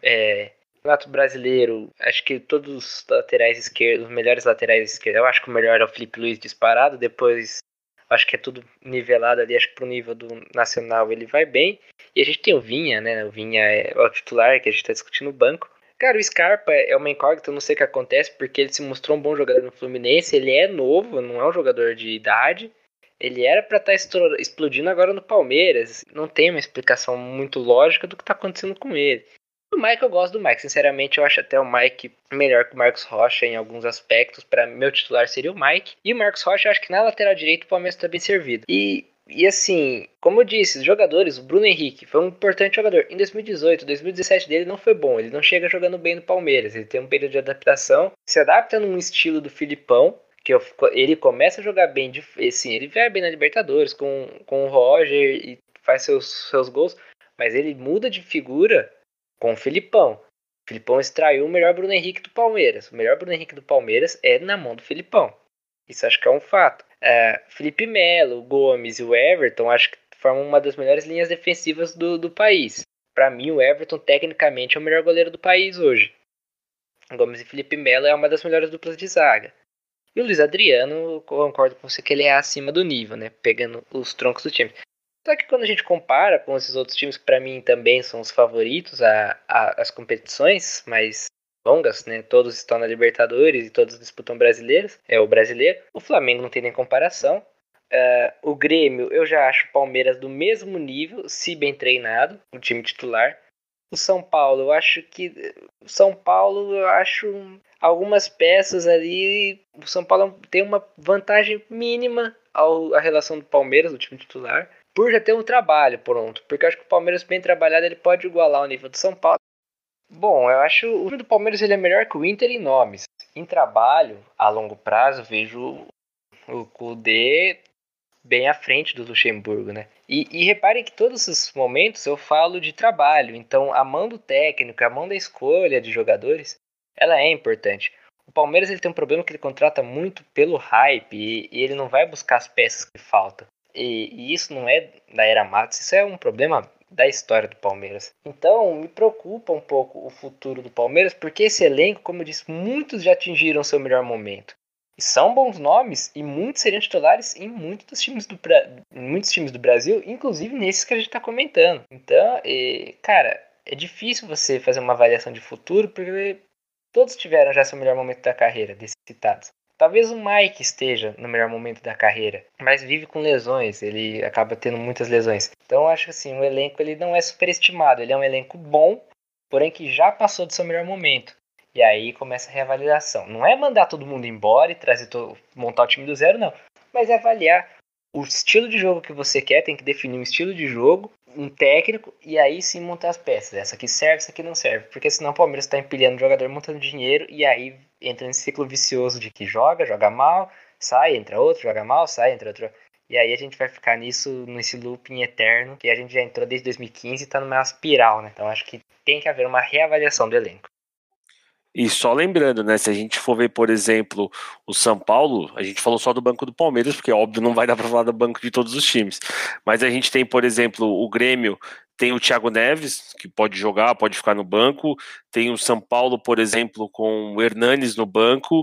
é, Campeonato Brasileiro, acho que todos os laterais esquerdos, os melhores laterais esquerdos, eu acho que o melhor é o Felipe Luiz disparado, depois acho que é tudo nivelado ali, acho que pro nível do Nacional ele vai bem. E a gente tem o Vinha, né? O Vinha é o titular que a gente tá discutindo no banco. Cara, o Scarpa é uma incógnita, eu não sei o que acontece, porque ele se mostrou um bom jogador no Fluminense, ele é novo, não é um jogador de idade, ele era pra estar tá explodindo agora no Palmeiras, não tem uma explicação muito lógica do que tá acontecendo com ele. O Mike, eu gosto do Mike, sinceramente eu acho até o Mike melhor que o Marcos Rocha em alguns aspectos, para meu titular seria o Mike, e o Marcos Rocha eu acho que na lateral direita o Palmeiras tá bem servido. E... E assim, como eu disse, os jogadores, o Bruno Henrique foi um importante jogador. Em dois mil e dezoito, dois mil e dezessete dele não foi bom. Ele não chega jogando bem no Palmeiras. Ele tem um período de adaptação. Se adapta num estilo do Filipão, que eu, ele começa a jogar bem. De, assim, ele vai bem na Libertadores com, com o Roger e faz seus, seus gols. Mas ele muda de figura com o Filipão. O Filipão extraiu o melhor Bruno Henrique do Palmeiras. O melhor Bruno Henrique do Palmeiras é na mão do Filipão. Isso acho que é um fato. Uh, Felipe Melo, Gomes e o Everton acho que formam uma das melhores linhas defensivas do, do país. Para mim, o Everton tecnicamente é o melhor goleiro do país hoje. Gomes e Felipe Melo é uma das melhores duplas de zaga. E o Luiz Adriano, concordo com você que ele é acima do nível, né? Pegando os troncos do time. Só que quando a gente compara com esses outros times que para mim também são os favoritos às competições, mas longas, né? Todos estão na Libertadores e todos disputam brasileiros. É o brasileiro. O Flamengo não tem nem comparação. Uh, o Grêmio, eu já acho o Palmeiras do mesmo nível, se bem treinado, o time titular. O São Paulo, eu acho que... O São Paulo, eu acho algumas peças ali... O São Paulo tem uma vantagem mínima ao, à relação do Palmeiras, do time titular, por já ter um trabalho pronto. Porque eu acho que o Palmeiras bem trabalhado, ele pode igualar o nível do São Paulo. Bom, eu acho o time do Palmeiras ele é melhor que o Inter em nomes. Em trabalho, a longo prazo, vejo o Kudê bem à frente do Luxemburgo, né? E, e reparem que todos esses momentos eu falo de trabalho. Então, a mão do técnico, a mão da escolha de jogadores, ela é importante. O Palmeiras ele tem um problema que ele contrata muito pelo hype e, e ele não vai buscar as peças que faltam. E, e isso não é da era Matos, isso é um problema da história do Palmeiras. Então me preocupa um pouco o futuro do Palmeiras, porque esse elenco, como eu disse, muitos já atingiram seu melhor momento. E são bons nomes e muitos seriam titulares em muitos dos times do, em muitos times do Brasil, inclusive nesses que a gente está comentando. Então, e, cara, é difícil você fazer uma avaliação de futuro, porque todos tiveram já seu melhor momento da carreira, desses citados. Talvez o Mike esteja no melhor momento da carreira, mas vive com lesões, ele acaba tendo muitas lesões. Então eu acho que assim, o elenco ele não é superestimado, ele é um elenco bom, porém que já passou do seu melhor momento. E aí começa a reavaliação. Não é mandar todo mundo embora e trazer todo, montar o time do zero, não. Mas é avaliar o estilo de jogo que você quer, tem que definir um estilo de jogo, um técnico, e aí sim montar as peças. Essa aqui serve, essa aqui não serve. Porque senão o Palmeiras está empilhando jogador, montando dinheiro, e aí entra nesse ciclo vicioso de que joga, joga mal, sai, entra outro, joga mal, sai, entra outro. E aí a gente vai ficar nisso, nesse looping eterno, que a gente já entrou desde dois mil e quinze e está numa espiral, né? Então acho que tem que haver uma reavaliação do elenco. E só lembrando, né, se a gente for ver, por exemplo, o São Paulo, a gente falou só do banco do Palmeiras, porque óbvio não vai dar para falar do banco de todos os times, mas a gente tem, por exemplo, o Grêmio, tem o Thiago Neves, que pode jogar, pode ficar no banco, tem o São Paulo, por exemplo, com o Hernanes no banco,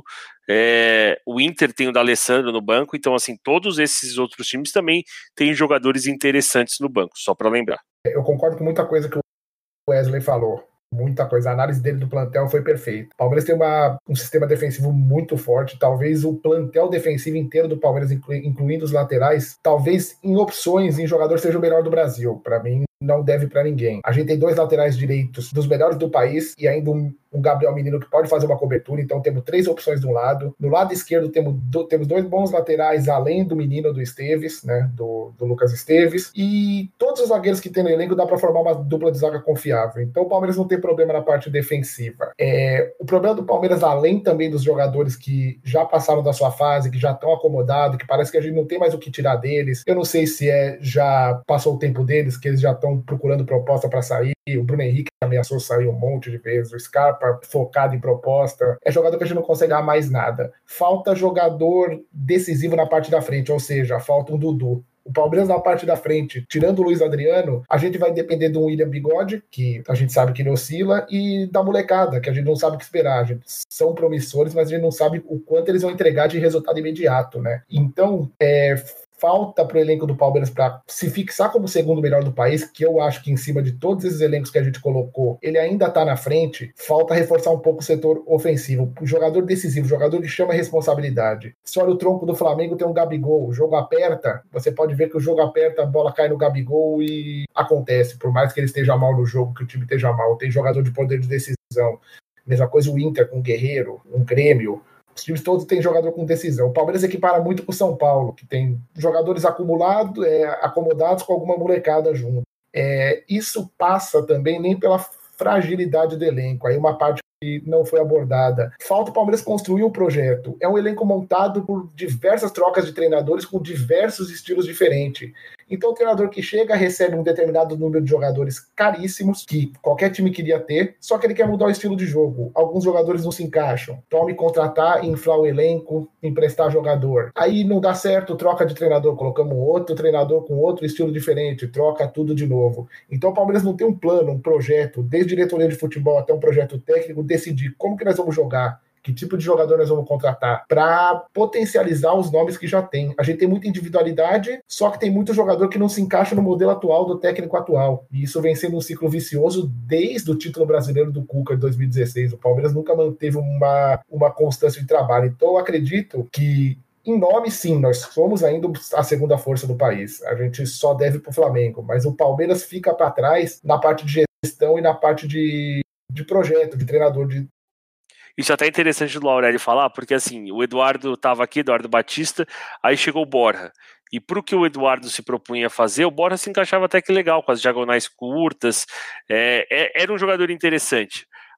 é, o Inter tem o D'Alessandro no banco, então assim, todos esses outros times também têm jogadores interessantes no banco, só para lembrar. Eu concordo com muita coisa que o Wesley falou. Muita coisa, a análise dele do plantel foi perfeita. O Palmeiras tem uma, um sistema defensivo muito forte, talvez o plantel defensivo inteiro do Palmeiras, inclu, incluindo os laterais, talvez em opções, em jogador, seja o melhor do Brasil. Para mim, não deve para ninguém. A gente tem dois laterais direitos dos melhores do país e ainda um, um Gabriel Menino que pode fazer uma cobertura, então temos três opções de um lado. No lado esquerdo temos, do, temos dois bons laterais, além do Menino do Esteves, né, do, do Lucas Esteves, e todos os zagueiros que tem no elenco dá para formar uma dupla de zaga confiável. Então o Palmeiras não tem problema na parte defensiva. É, o problema do Palmeiras, além também dos jogadores que já passaram da sua fase, que já estão acomodados, que parece que a gente não tem mais o que tirar deles, eu não sei se é já passou o tempo deles, que eles já estão procurando proposta para sair. O Bruno Henrique ameaçou sair um monte de vezes, o Scarpa focado em proposta. É jogador que a gente não consegue ganhar mais nada. Falta jogador decisivo na parte da frente, ou seja, falta um Dudu. O Palmeiras na parte da frente, tirando o Luiz Adriano, a gente vai depender do William Bigode, que a gente sabe que ele oscila, e da molecada, que a gente não sabe o que esperar. A gente, são promissores, mas a gente não sabe o quanto eles vão entregar de resultado imediato, né? Então, é... falta para o elenco do Palmeiras para se fixar como o segundo melhor do país, que eu acho que em cima de todos esses elencos que a gente colocou, ele ainda está na frente. Falta reforçar um pouco o setor ofensivo. O jogador decisivo, o jogador que chama a responsabilidade. Se olha o tronco do Flamengo, tem um Gabigol. O jogo aperta, você pode ver que o jogo aperta, a bola cai no Gabigol e acontece. Por mais que ele esteja mal no jogo, que o time esteja mal, tem jogador de poder de decisão. Mesma coisa o Inter com o Guerreiro, um Grêmio. Os times todos têm jogador com decisão. O Palmeiras equipara muito com o São Paulo, que tem jogadores acumulados, é, acomodados com alguma molecada junto. É, isso passa também nem pela fragilidade do elenco. Aí uma parte que não foi abordada. Falta o Palmeiras construir um projeto. É um elenco montado por diversas trocas de treinadores com diversos estilos diferentes. Então o treinador que chega recebe um determinado número de jogadores caríssimos, que qualquer time queria ter, só que ele quer mudar o estilo de jogo. Alguns jogadores não se encaixam. Tome contratar, inflar o elenco, emprestar jogador. Aí não dá certo, troca de treinador, colocamos outro treinador com outro estilo diferente, troca tudo de novo. Então o Palmeiras não tem um plano, um projeto, desde diretoria de futebol até um projeto técnico, decidir como que nós vamos jogar, que tipo de jogador nós vamos contratar, para potencializar os nomes que já tem. A gente tem muita individualidade, só que tem muito jogador que não se encaixa no modelo atual do técnico atual. E isso vem sendo um ciclo vicioso desde o título brasileiro do Cuca de dois mil e dezesseis. O Palmeiras nunca manteve uma, uma constância de trabalho. Então eu acredito que em nome, sim, nós somos ainda a segunda força do país. A gente só deve para o Flamengo, mas o Palmeiras fica para trás na parte de gestão e na parte de, de projeto, de treinador, de Isso é até interessante do Aurélio falar, porque assim, o Eduardo estava aqui, Eduardo Batista, aí chegou o Borja. E para o que o Eduardo se propunha fazer, o Borja se encaixava até que legal, com as diagonais curtas, é, é, era um jogador interessante.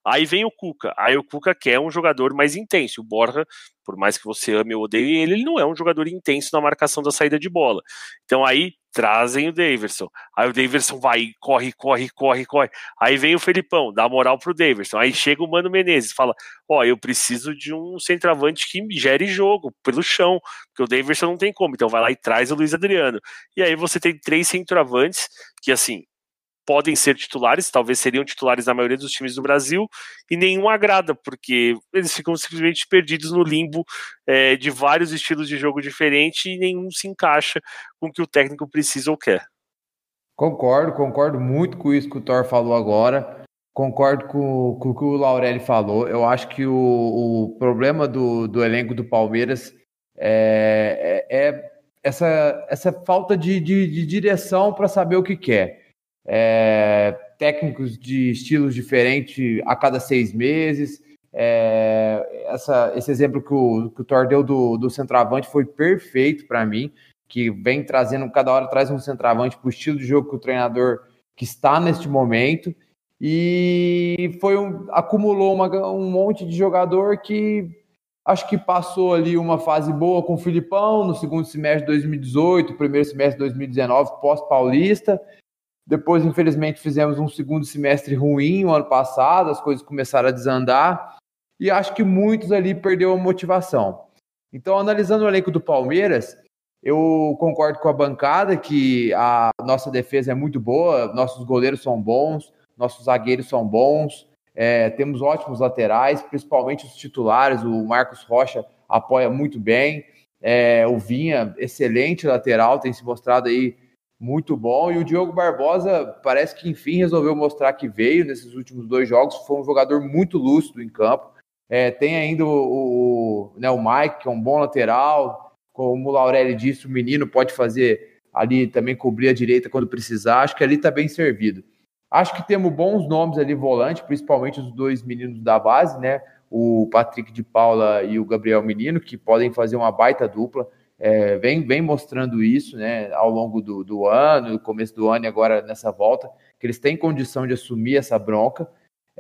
Aí vem o Cuca, aí o Cuca quer um jogador mais intenso, o Borja, por mais que você ame ou odeie ele, ele não é um jogador intenso na marcação da saída de bola. Então aí trazem o Daverson, aí o Daverson vai, corre, corre, corre, corre, aí vem o Felipão, dá moral pro Daverson, aí chega o Mano Menezes, fala, ó, oh, eu preciso de um centroavante que gere jogo, pelo chão, porque o Daverson não tem como, então vai lá e traz o Luiz Adriano, e aí você tem três centroavantes, que assim, podem ser titulares, talvez seriam titulares na maioria dos times do Brasil, e nenhum agrada, porque eles ficam simplesmente perdidos no limbo é, de vários estilos de jogo diferentes e nenhum se encaixa com o que o técnico precisa ou quer. Concordo, concordo muito com isso que o Thor falou agora, concordo com, com o que o Laurelli falou. Eu acho que o, o problema do, do elenco do Palmeiras é, é, é essa, essa falta de, de, de direção para saber o que quer. É, técnicos de estilos diferentes a cada seis meses. É, essa, esse exemplo que o, que o Thor deu do, do centroavante foi perfeito para mim, que vem trazendo, cada hora traz um centroavante para o estilo de jogo que o treinador que está neste momento, e foi um, acumulou uma, um monte de jogador que acho que passou ali uma fase boa com o Filipão no segundo semestre de dois mil e dezoito, primeiro semestre de dois mil e dezenove, pós-paulista. Depois, infelizmente, fizemos um segundo semestre ruim o ano passado, as coisas começaram a desandar, e acho que muitos ali perderam a motivação. Então, analisando o elenco do Palmeiras, eu concordo com a bancada que a nossa defesa é muito boa, nossos goleiros são bons, nossos zagueiros são bons, é, temos ótimos laterais, principalmente os titulares, o Marcos Rocha apoia muito bem, é, o Vinha, excelente lateral, tem se mostrado aí muito bom, e o Diogo Barbosa parece que enfim resolveu mostrar que veio nesses últimos dois jogos, foi um jogador muito lúcido em campo. É, tem ainda o, o, né, o Mike, que é um bom lateral, como o Laurelli disse, o menino pode fazer ali também, cobrir a direita quando precisar, acho que ali está bem servido. Acho que temos bons nomes ali volante, principalmente os dois meninos da base, né, o Patrick de Paula e o Gabriel Menino, que podem fazer uma baita dupla. É, vem, vem mostrando isso, né, ao longo do, do ano, no começo do ano e agora nessa volta, que eles têm condição de assumir essa bronca.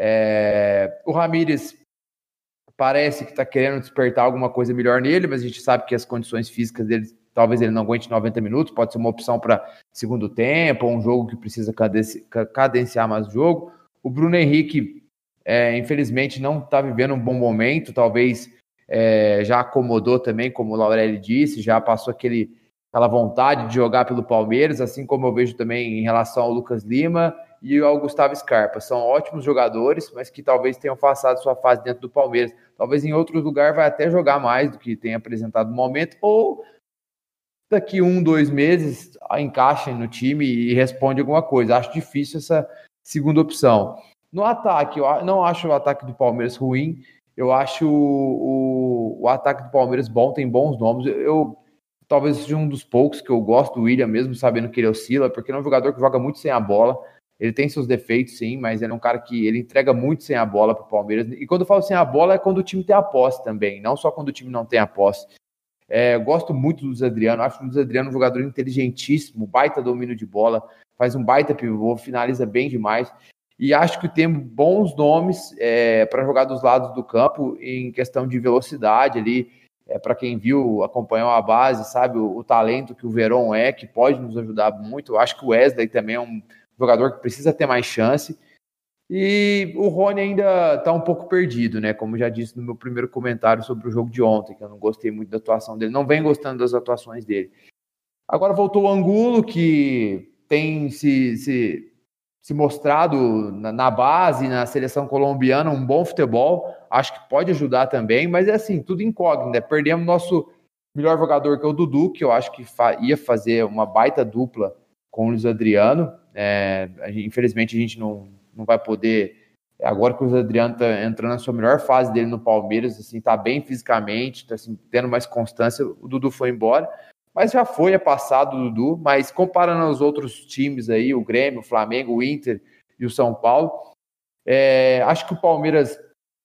É, o Ramírez parece que está querendo despertar alguma coisa melhor nele, mas a gente sabe que as condições físicas dele, talvez ele não aguente noventa minutos, pode ser uma opção para segundo tempo, ou um jogo que precisa cadenciar mais o jogo. O Bruno Henrique, é, infelizmente, não está vivendo um bom momento, talvez É, já acomodou também, como o Laurelli disse, já passou aquele, aquela vontade de jogar pelo Palmeiras, assim como eu vejo também em relação ao Lucas Lima e ao Gustavo Scarpa. São ótimos jogadores, mas que talvez tenham passado sua fase dentro do Palmeiras. Talvez em outro lugar vai até jogar mais do que tem apresentado no momento, ou daqui um, dois meses encaixem no time e responde alguma coisa. Acho difícil essa segunda opção. No ataque, eu não acho o ataque do Palmeiras ruim. Eu acho o, o, o ataque do Palmeiras bom, tem bons nomes. Eu, eu talvez seja um dos poucos que eu gosto do William, mesmo sabendo que ele oscila, porque ele é um jogador que joga muito sem a bola. Ele tem seus defeitos, sim, mas ele é um cara que ele entrega muito sem a bola para o Palmeiras. E quando eu falo sem a bola, é quando o time tem a posse também, não só quando o time não tem a posse. É, eu gosto muito do Luiz Adriano, acho o Luiz Adriano um jogador inteligentíssimo, baita domínio de bola, faz um baita pivô, finaliza bem demais. E acho que temos bons nomes é, para jogar dos lados do campo em questão de velocidade ali. É, para quem viu, acompanhou a base, sabe o, o talento que o Verón é, que pode nos ajudar muito. Eu acho que o Wesley também é um jogador que precisa ter mais chance. E o Rony ainda está um pouco perdido, né? Como já disse no meu primeiro comentário sobre o jogo de ontem, que eu não gostei muito da atuação dele. Não venho gostando das atuações dele. Agora voltou o Angulo, que tem se... se se mostrado na, na base, na seleção colombiana, um bom futebol, acho que pode ajudar também, mas é assim, tudo incógnito, né? Perdemos nosso melhor jogador, que é o Dudu, que eu acho que fa- ia fazer uma baita dupla com o Luiz Adriano, é, a gente, infelizmente a gente não, não vai poder, agora que o Luiz Adriano está entrando na sua melhor fase dele no Palmeiras, assim, tá bem fisicamente, tá assim, tendo mais constância, o Dudu foi embora, mas já foi, é passado o Dudu, mas comparando aos outros times aí, o Grêmio, o Flamengo, o Inter e o São Paulo, é, acho que o Palmeiras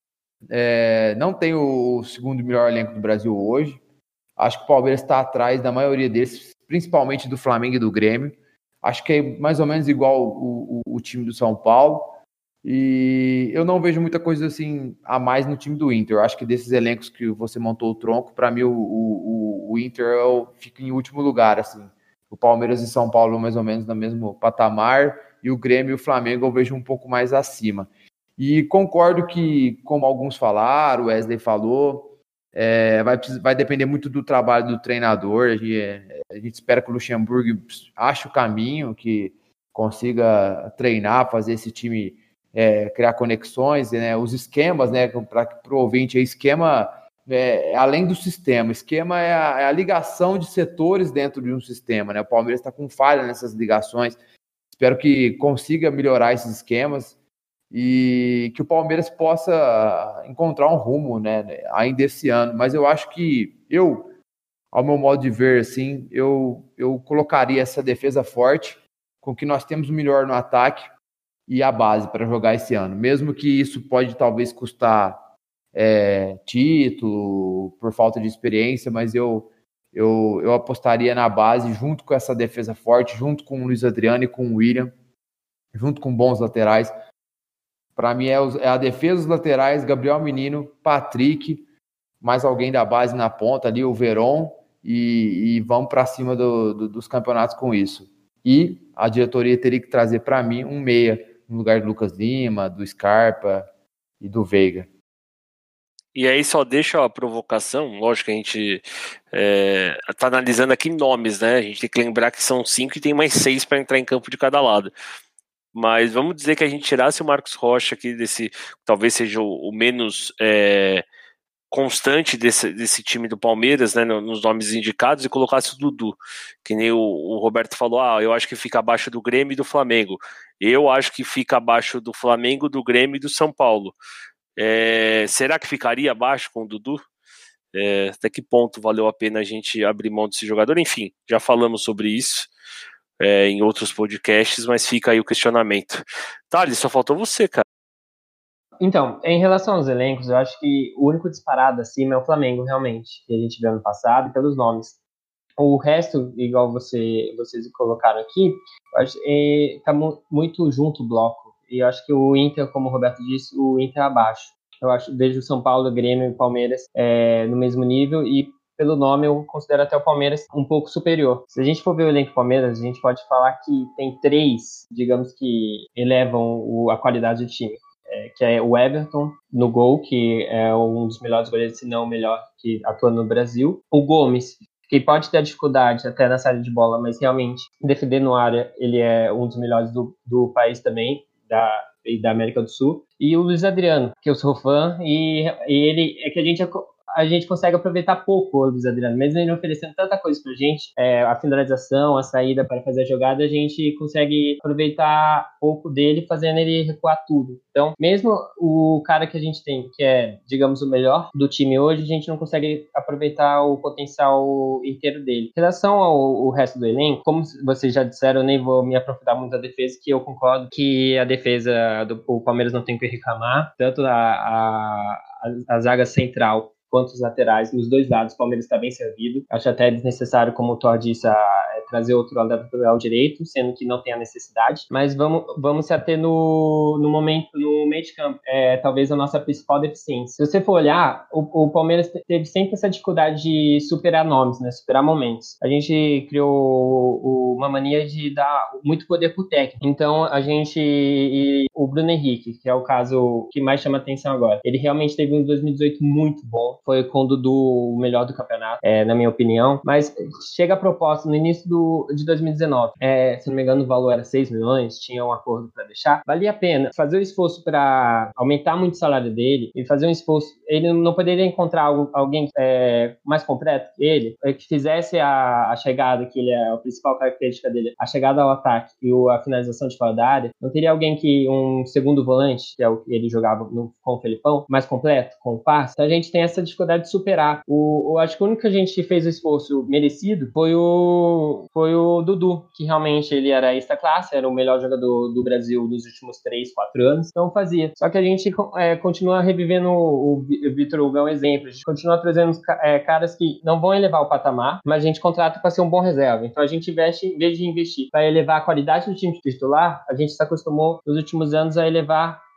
é, não tem o segundo melhor elenco do Brasil hoje, acho que o Palmeiras está atrás da maioria deles, principalmente do Flamengo e do Grêmio, acho que é mais ou menos igual o, o, o time do São Paulo, E eu não vejo muita coisa assim a mais no time do Inter. Eu acho que desses elencos que você montou o tronco, para mim o, o, o Inter é o, fica em último lugar, assim. O Palmeiras e São Paulo mais ou menos no mesmo patamar, e o Grêmio e o Flamengo eu vejo um pouco mais acima. E concordo que, como alguns falaram, o Wesley falou, é, vai, vai depender muito do trabalho do treinador. A gente, a gente espera que o Luxemburgo ache o caminho, que consiga treinar, fazer esse time é, criar conexões, né, os esquemas, né, para o ouvinte, esquema é, além do sistema, esquema é a, é a ligação de setores dentro de um sistema, né? O Palmeiras está com falha nessas ligações. Espero que consiga melhorar esses esquemas e que o Palmeiras possa encontrar um rumo, né, ainda esse ano. Mas eu acho que eu, ao meu modo de ver, assim, eu, eu colocaria essa defesa forte, com que nós temos o melhor no ataque e a base para jogar esse ano. Mesmo que isso pode talvez custar é, título, por falta de experiência, mas eu, eu, eu apostaria na base junto com essa defesa forte, junto com o Luiz Adriano e com o William, junto com bons laterais. Para mim é, os, é a defesa dos laterais, Gabriel Menino, Patrick, mais alguém da base na ponta ali, o Veron, e, e vamos para cima do, do, dos campeonatos com isso. E a diretoria teria que trazer para mim um meia, no lugar do Lucas Lima, do Scarpa e do Veiga. E aí só deixa a provocação, lógico que a gente é, tá analisando aqui nomes, né? A gente tem que lembrar que são cinco e tem mais seis para entrar em campo de cada lado. Mas vamos dizer que a gente tirasse o Marcos Rocha aqui desse, talvez seja o, o menos é, constante desse, desse time do Palmeiras, né, nos nomes indicados, e colocasse o Dudu, que nem o, o Roberto falou, ah, eu acho que fica abaixo do Grêmio e do Flamengo. Eu acho que fica abaixo do Flamengo, do Grêmio e do São Paulo. É, será que ficaria abaixo com o Dudu? É, até que ponto valeu a pena a gente abrir mão desse jogador? Enfim, já falamos sobre isso é, em outros podcasts, mas fica aí o questionamento. Thales, só faltou você, cara. Então, em relação aos elencos, eu acho que o único disparado acima é o Flamengo, realmente, que a gente viu ano passado, pelos nomes. O resto, igual você, vocês colocaram aqui, eu acho que está muito junto o bloco. E eu acho que o Inter, como o Roberto disse, o Inter é abaixo. Eu acho, vejo o São Paulo, o Grêmio e o Palmeiras é, no mesmo nível, e pelo nome eu considero até o Palmeiras um pouco superior. Se a gente for ver o elenco do Palmeiras, a gente pode falar que tem três, digamos, que elevam o, a qualidade do time. É, que é o Everton no gol, que é um dos melhores goleiros, se não o melhor que atua no Brasil. O Gomes, que pode ter dificuldade até na saída de bola, mas realmente defender no área, ele é um dos melhores do, do país também, da, e da América do Sul. E o Luiz Adriano, que eu sou fã, e, e ele é que a gente, a gente consegue aproveitar pouco o Luiz Adriano, mesmo ele oferecendo tanta coisa pra gente, é, a finalização, a saída para fazer a jogada, a gente consegue aproveitar pouco dele, fazendo ele recuar tudo. Então, mesmo o cara que a gente tem, que é, digamos, o melhor do time hoje, a gente não consegue aproveitar o potencial inteiro dele. Em relação ao, ao resto do elenco, como vocês já disseram, eu nem vou me aprofundar muito na defesa, que eu concordo que a defesa do o Palmeiras não tem o que reclamar, tanto a, a, a, a zaga central quanto os laterais, nos dois lados, o Palmeiras está bem servido. Acho até desnecessário, como o Thor disse, a, a trazer outro lateral direito, sendo que não tem a necessidade. Mas vamos, vamos se ater no, no momento, no meio de campo. É talvez a nossa principal deficiência. Se você for olhar, o, o Palmeiras teve sempre essa dificuldade de superar nomes, né? Superar momentos. A gente criou uma mania de dar muito poder pro técnico. Então, a gente... E o Bruno Henrique, que é o caso que mais chama atenção agora, ele realmente teve um dois mil e dezoito muito bom. Foi com o Dudu o melhor do campeonato, é, na minha opinião. Mas chega a proposta no início do, de dois mil e dezenove. É, se não me engano, o valor era seis milhões, tinha um acordo para deixar. Valia a pena fazer o esforço para aumentar muito o salário dele e fazer um esforço. Ele não poderia encontrar algo, alguém é, mais completo que ele, que fizesse a, a chegada, que ele é a principal característica dele, a chegada ao ataque e a finalização de fora da área. Não teria alguém que, um segundo volante, que é o que ele jogava no, com o Felipão, mais completo, com o passe. Então a gente tem essa dificuldade de superar. O, eu acho que o único que a gente fez o esforço merecido foi o, foi o Dudu, que realmente ele era extra classe, era o melhor jogador do Brasil dos últimos três, quatro anos, então fazia. Só que a gente é, continua revivendo o, o Vitor Hugo, é um exemplo, a gente continua trazendo é, caras que não vão elevar o patamar, mas a gente contrata para ser um bom reserva. Então a gente investe, em vez de investir para elevar a qualidade do time titular, a gente se acostumou nos últimos anos a elevar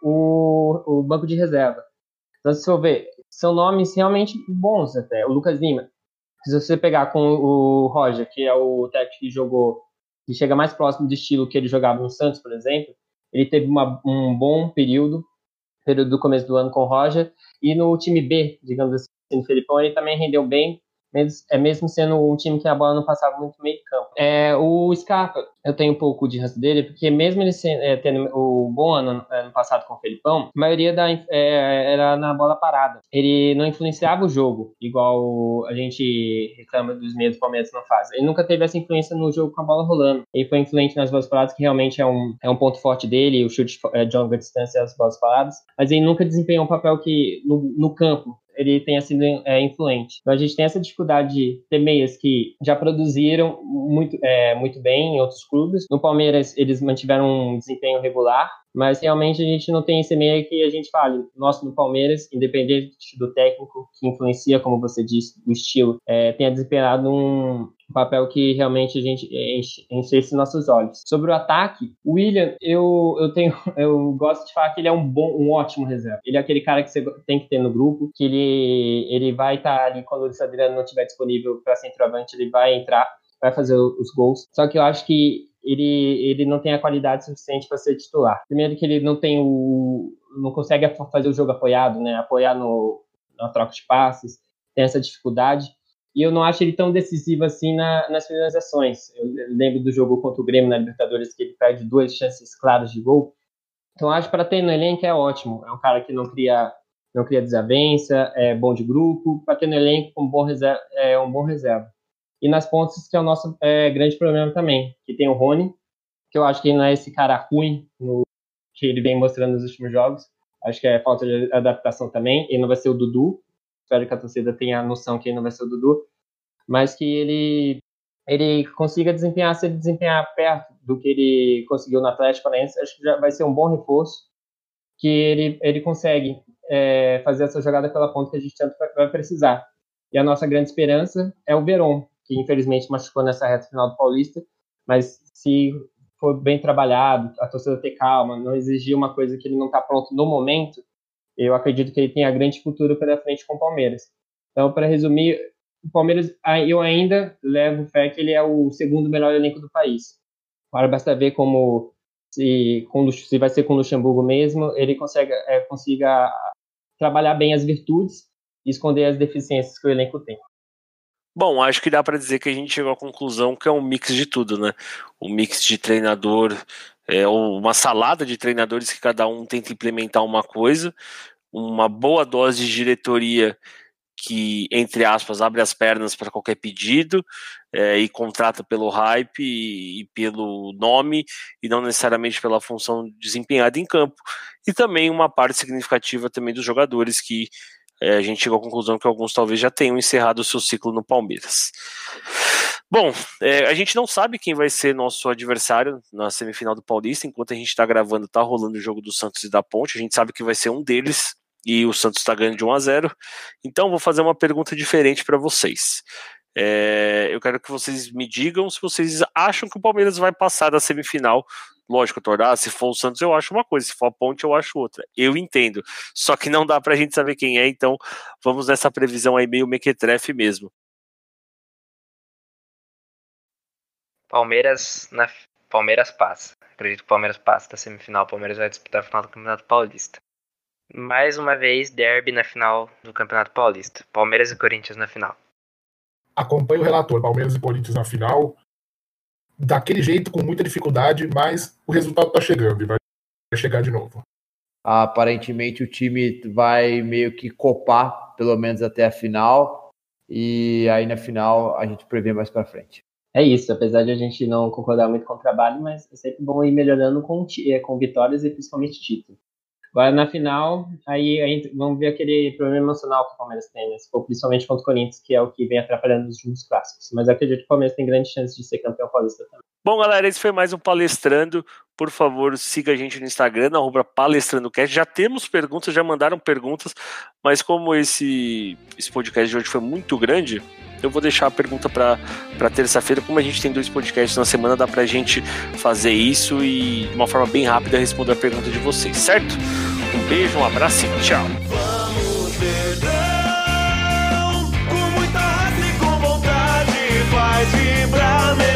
o, o banco de reserva. Então, se você ver, são nomes realmente bons até. O Lucas Lima, se você pegar com o Roger, que é o técnico que jogou, que chega mais próximo do estilo que ele jogava no Santos, por exemplo, ele teve uma, um bom período, período do começo do ano com o Roger, e no time B, digamos assim, no Felipão, ele também rendeu bem, é mesmo sendo um time que a bola não passava muito no meio de campo. É, o Scarpa, eu tenho um pouco de ranço dele, porque mesmo ele sendo, é, tendo o bom ano, ano passado com o Felipão, a maioria da, é, era na bola parada. Ele não influenciava o jogo, igual a gente reclama dos meios do Palmeiras não faz. Ele nunca teve essa influência no jogo com a bola rolando. Ele foi influente nas bolas paradas, que realmente é um, é um ponto forte dele, o chute é, de longa distância e as bolas paradas, mas ele nunca desempenhou um papel que, no, no campo, ele tenha sido é, influente. Então a gente tem essa dificuldade de ter meias que já produziram muito, é, muito bem em outros clubes. No Palmeiras eles mantiveram um desempenho regular, mas realmente a gente não tem esse meia que a gente fale. Nosso no Palmeiras, independente do técnico que influencia, como você disse, o estilo, é, tenha desempenhado um papel que realmente a gente enche, enchesse nossos olhos. Sobre o ataque, o William, eu, eu, tenho, eu gosto de falar que ele é um bom, um ótimo reserva. Ele é aquele cara que você tem que ter no grupo, que ele, ele vai estar tá ali quando o Luiz Adriano não estiver disponível para centroavante, ele vai entrar, vai fazer os gols. Só que eu acho que ele, ele não tem a qualidade suficiente para ser titular. Primeiro que ele não tem o... não consegue fazer o jogo apoiado, né? Apoiar no, na troca de passes, tem essa dificuldade. E eu não acho ele tão decisivo assim na, nas finalizações. Eu lembro do jogo contra o Grêmio na Libertadores, que ele perde duas chances claras de gol. Então, acho que para ter no elenco é ótimo. É um cara que não cria, não cria desavença, é bom de grupo. Para ter no elenco um bom reserva, é um bom reserva. E nas pontas, que é o nosso é, grande problema também, que tem o Rony, que eu acho que ele não é esse cara ruim no, que ele vem mostrando nos últimos jogos. Acho que é falta de adaptação também. Ele não vai ser o Dudu. Espero que a torcida tenha a noção que ele não vai ser o Dudu, mas que ele, ele consiga desempenhar, se ele desempenhar perto do que ele conseguiu no Atlético Paranaense, acho que já vai ser um bom reforço, que ele, ele consegue é, fazer essa jogada pela ponta que a gente tanto vai precisar. E a nossa grande esperança é o Veron, que infelizmente machucou nessa reta final do Paulista, mas se for bem trabalhado, a torcida ter calma, não exigir uma coisa que ele não está pronto no momento, eu acredito que ele tem a grande futuro pela frente com o Palmeiras. Então, para resumir, o Palmeiras, eu ainda levo fé que ele é o segundo melhor elenco do país. Agora basta ver como, se, com, se vai ser com o Luxemburgo mesmo, ele consegue, é, consiga trabalhar bem as virtudes e esconder as deficiências que o elenco tem. Bom, acho que dá para dizer que a gente chegou à conclusão que é um mix de tudo, né? Um mix de treinador, é uma salada de treinadores que cada um tenta implementar uma coisa, uma boa dose de diretoria que, entre aspas, abre as pernas para qualquer pedido é, e contrata pelo hype e, e pelo nome e não necessariamente pela função desempenhada em campo, e também uma parte significativa também dos jogadores que é, a gente chegou à conclusão que alguns talvez já tenham encerrado o seu ciclo no Palmeiras. Bom, é, a gente não sabe quem vai ser nosso adversário na semifinal do Paulista. Enquanto a gente está gravando, está rolando o jogo do Santos e da Ponte. A gente sabe que vai ser um deles e o Santos está ganhando de um a zero. Então vou fazer uma pergunta diferente para vocês. É, eu quero que vocês me digam se vocês acham que o Palmeiras vai passar da semifinal. Lógico, Torá, se for o Santos eu acho uma coisa, se for a Ponte eu acho outra. Eu entendo, só que não dá pra gente saber quem é, então vamos nessa previsão aí meio mequetrefe mesmo. Palmeiras, na... Palmeiras passa. Acredito que o Palmeiras passa da semifinal. O Palmeiras vai disputar a final do Campeonato Paulista. Mais uma vez, derby na final do Campeonato Paulista. Palmeiras e Corinthians na final. Acompanho o relator, Palmeiras e Corinthians na final. Daquele jeito, com muita dificuldade, mas o resultado tá chegando e vai chegar de novo. Aparentemente o time vai meio que copar, pelo menos até a final, e aí na final a gente prevê mais pra frente. É isso, apesar de a gente não concordar muito com o trabalho, mas é sempre bom ir melhorando com, com vitórias e principalmente título. Agora na final, aí, aí vamos ver aquele problema emocional que o Palmeiras tem, né? Se for principalmente contra o Corinthians, que é o que vem atrapalhando nos últimos clássicos. Mas eu acredito que o Palmeiras tem grande chance de ser campeão paulista também. Bom, galera, esse foi mais um Palestrando. Por favor, siga a gente no Instagram, na arroba PalestrandoCast. Já temos perguntas, já mandaram perguntas, mas como esse, esse podcast de hoje foi muito grande, eu vou deixar a pergunta para terça-feira. Como a gente tem dois podcasts na semana, dá pra gente fazer isso e de uma forma bem rápida responder a pergunta de vocês, certo? beijo, um abraço e tchau. Vamos, Verdão, com muita raça e com vontade, faz vibrar.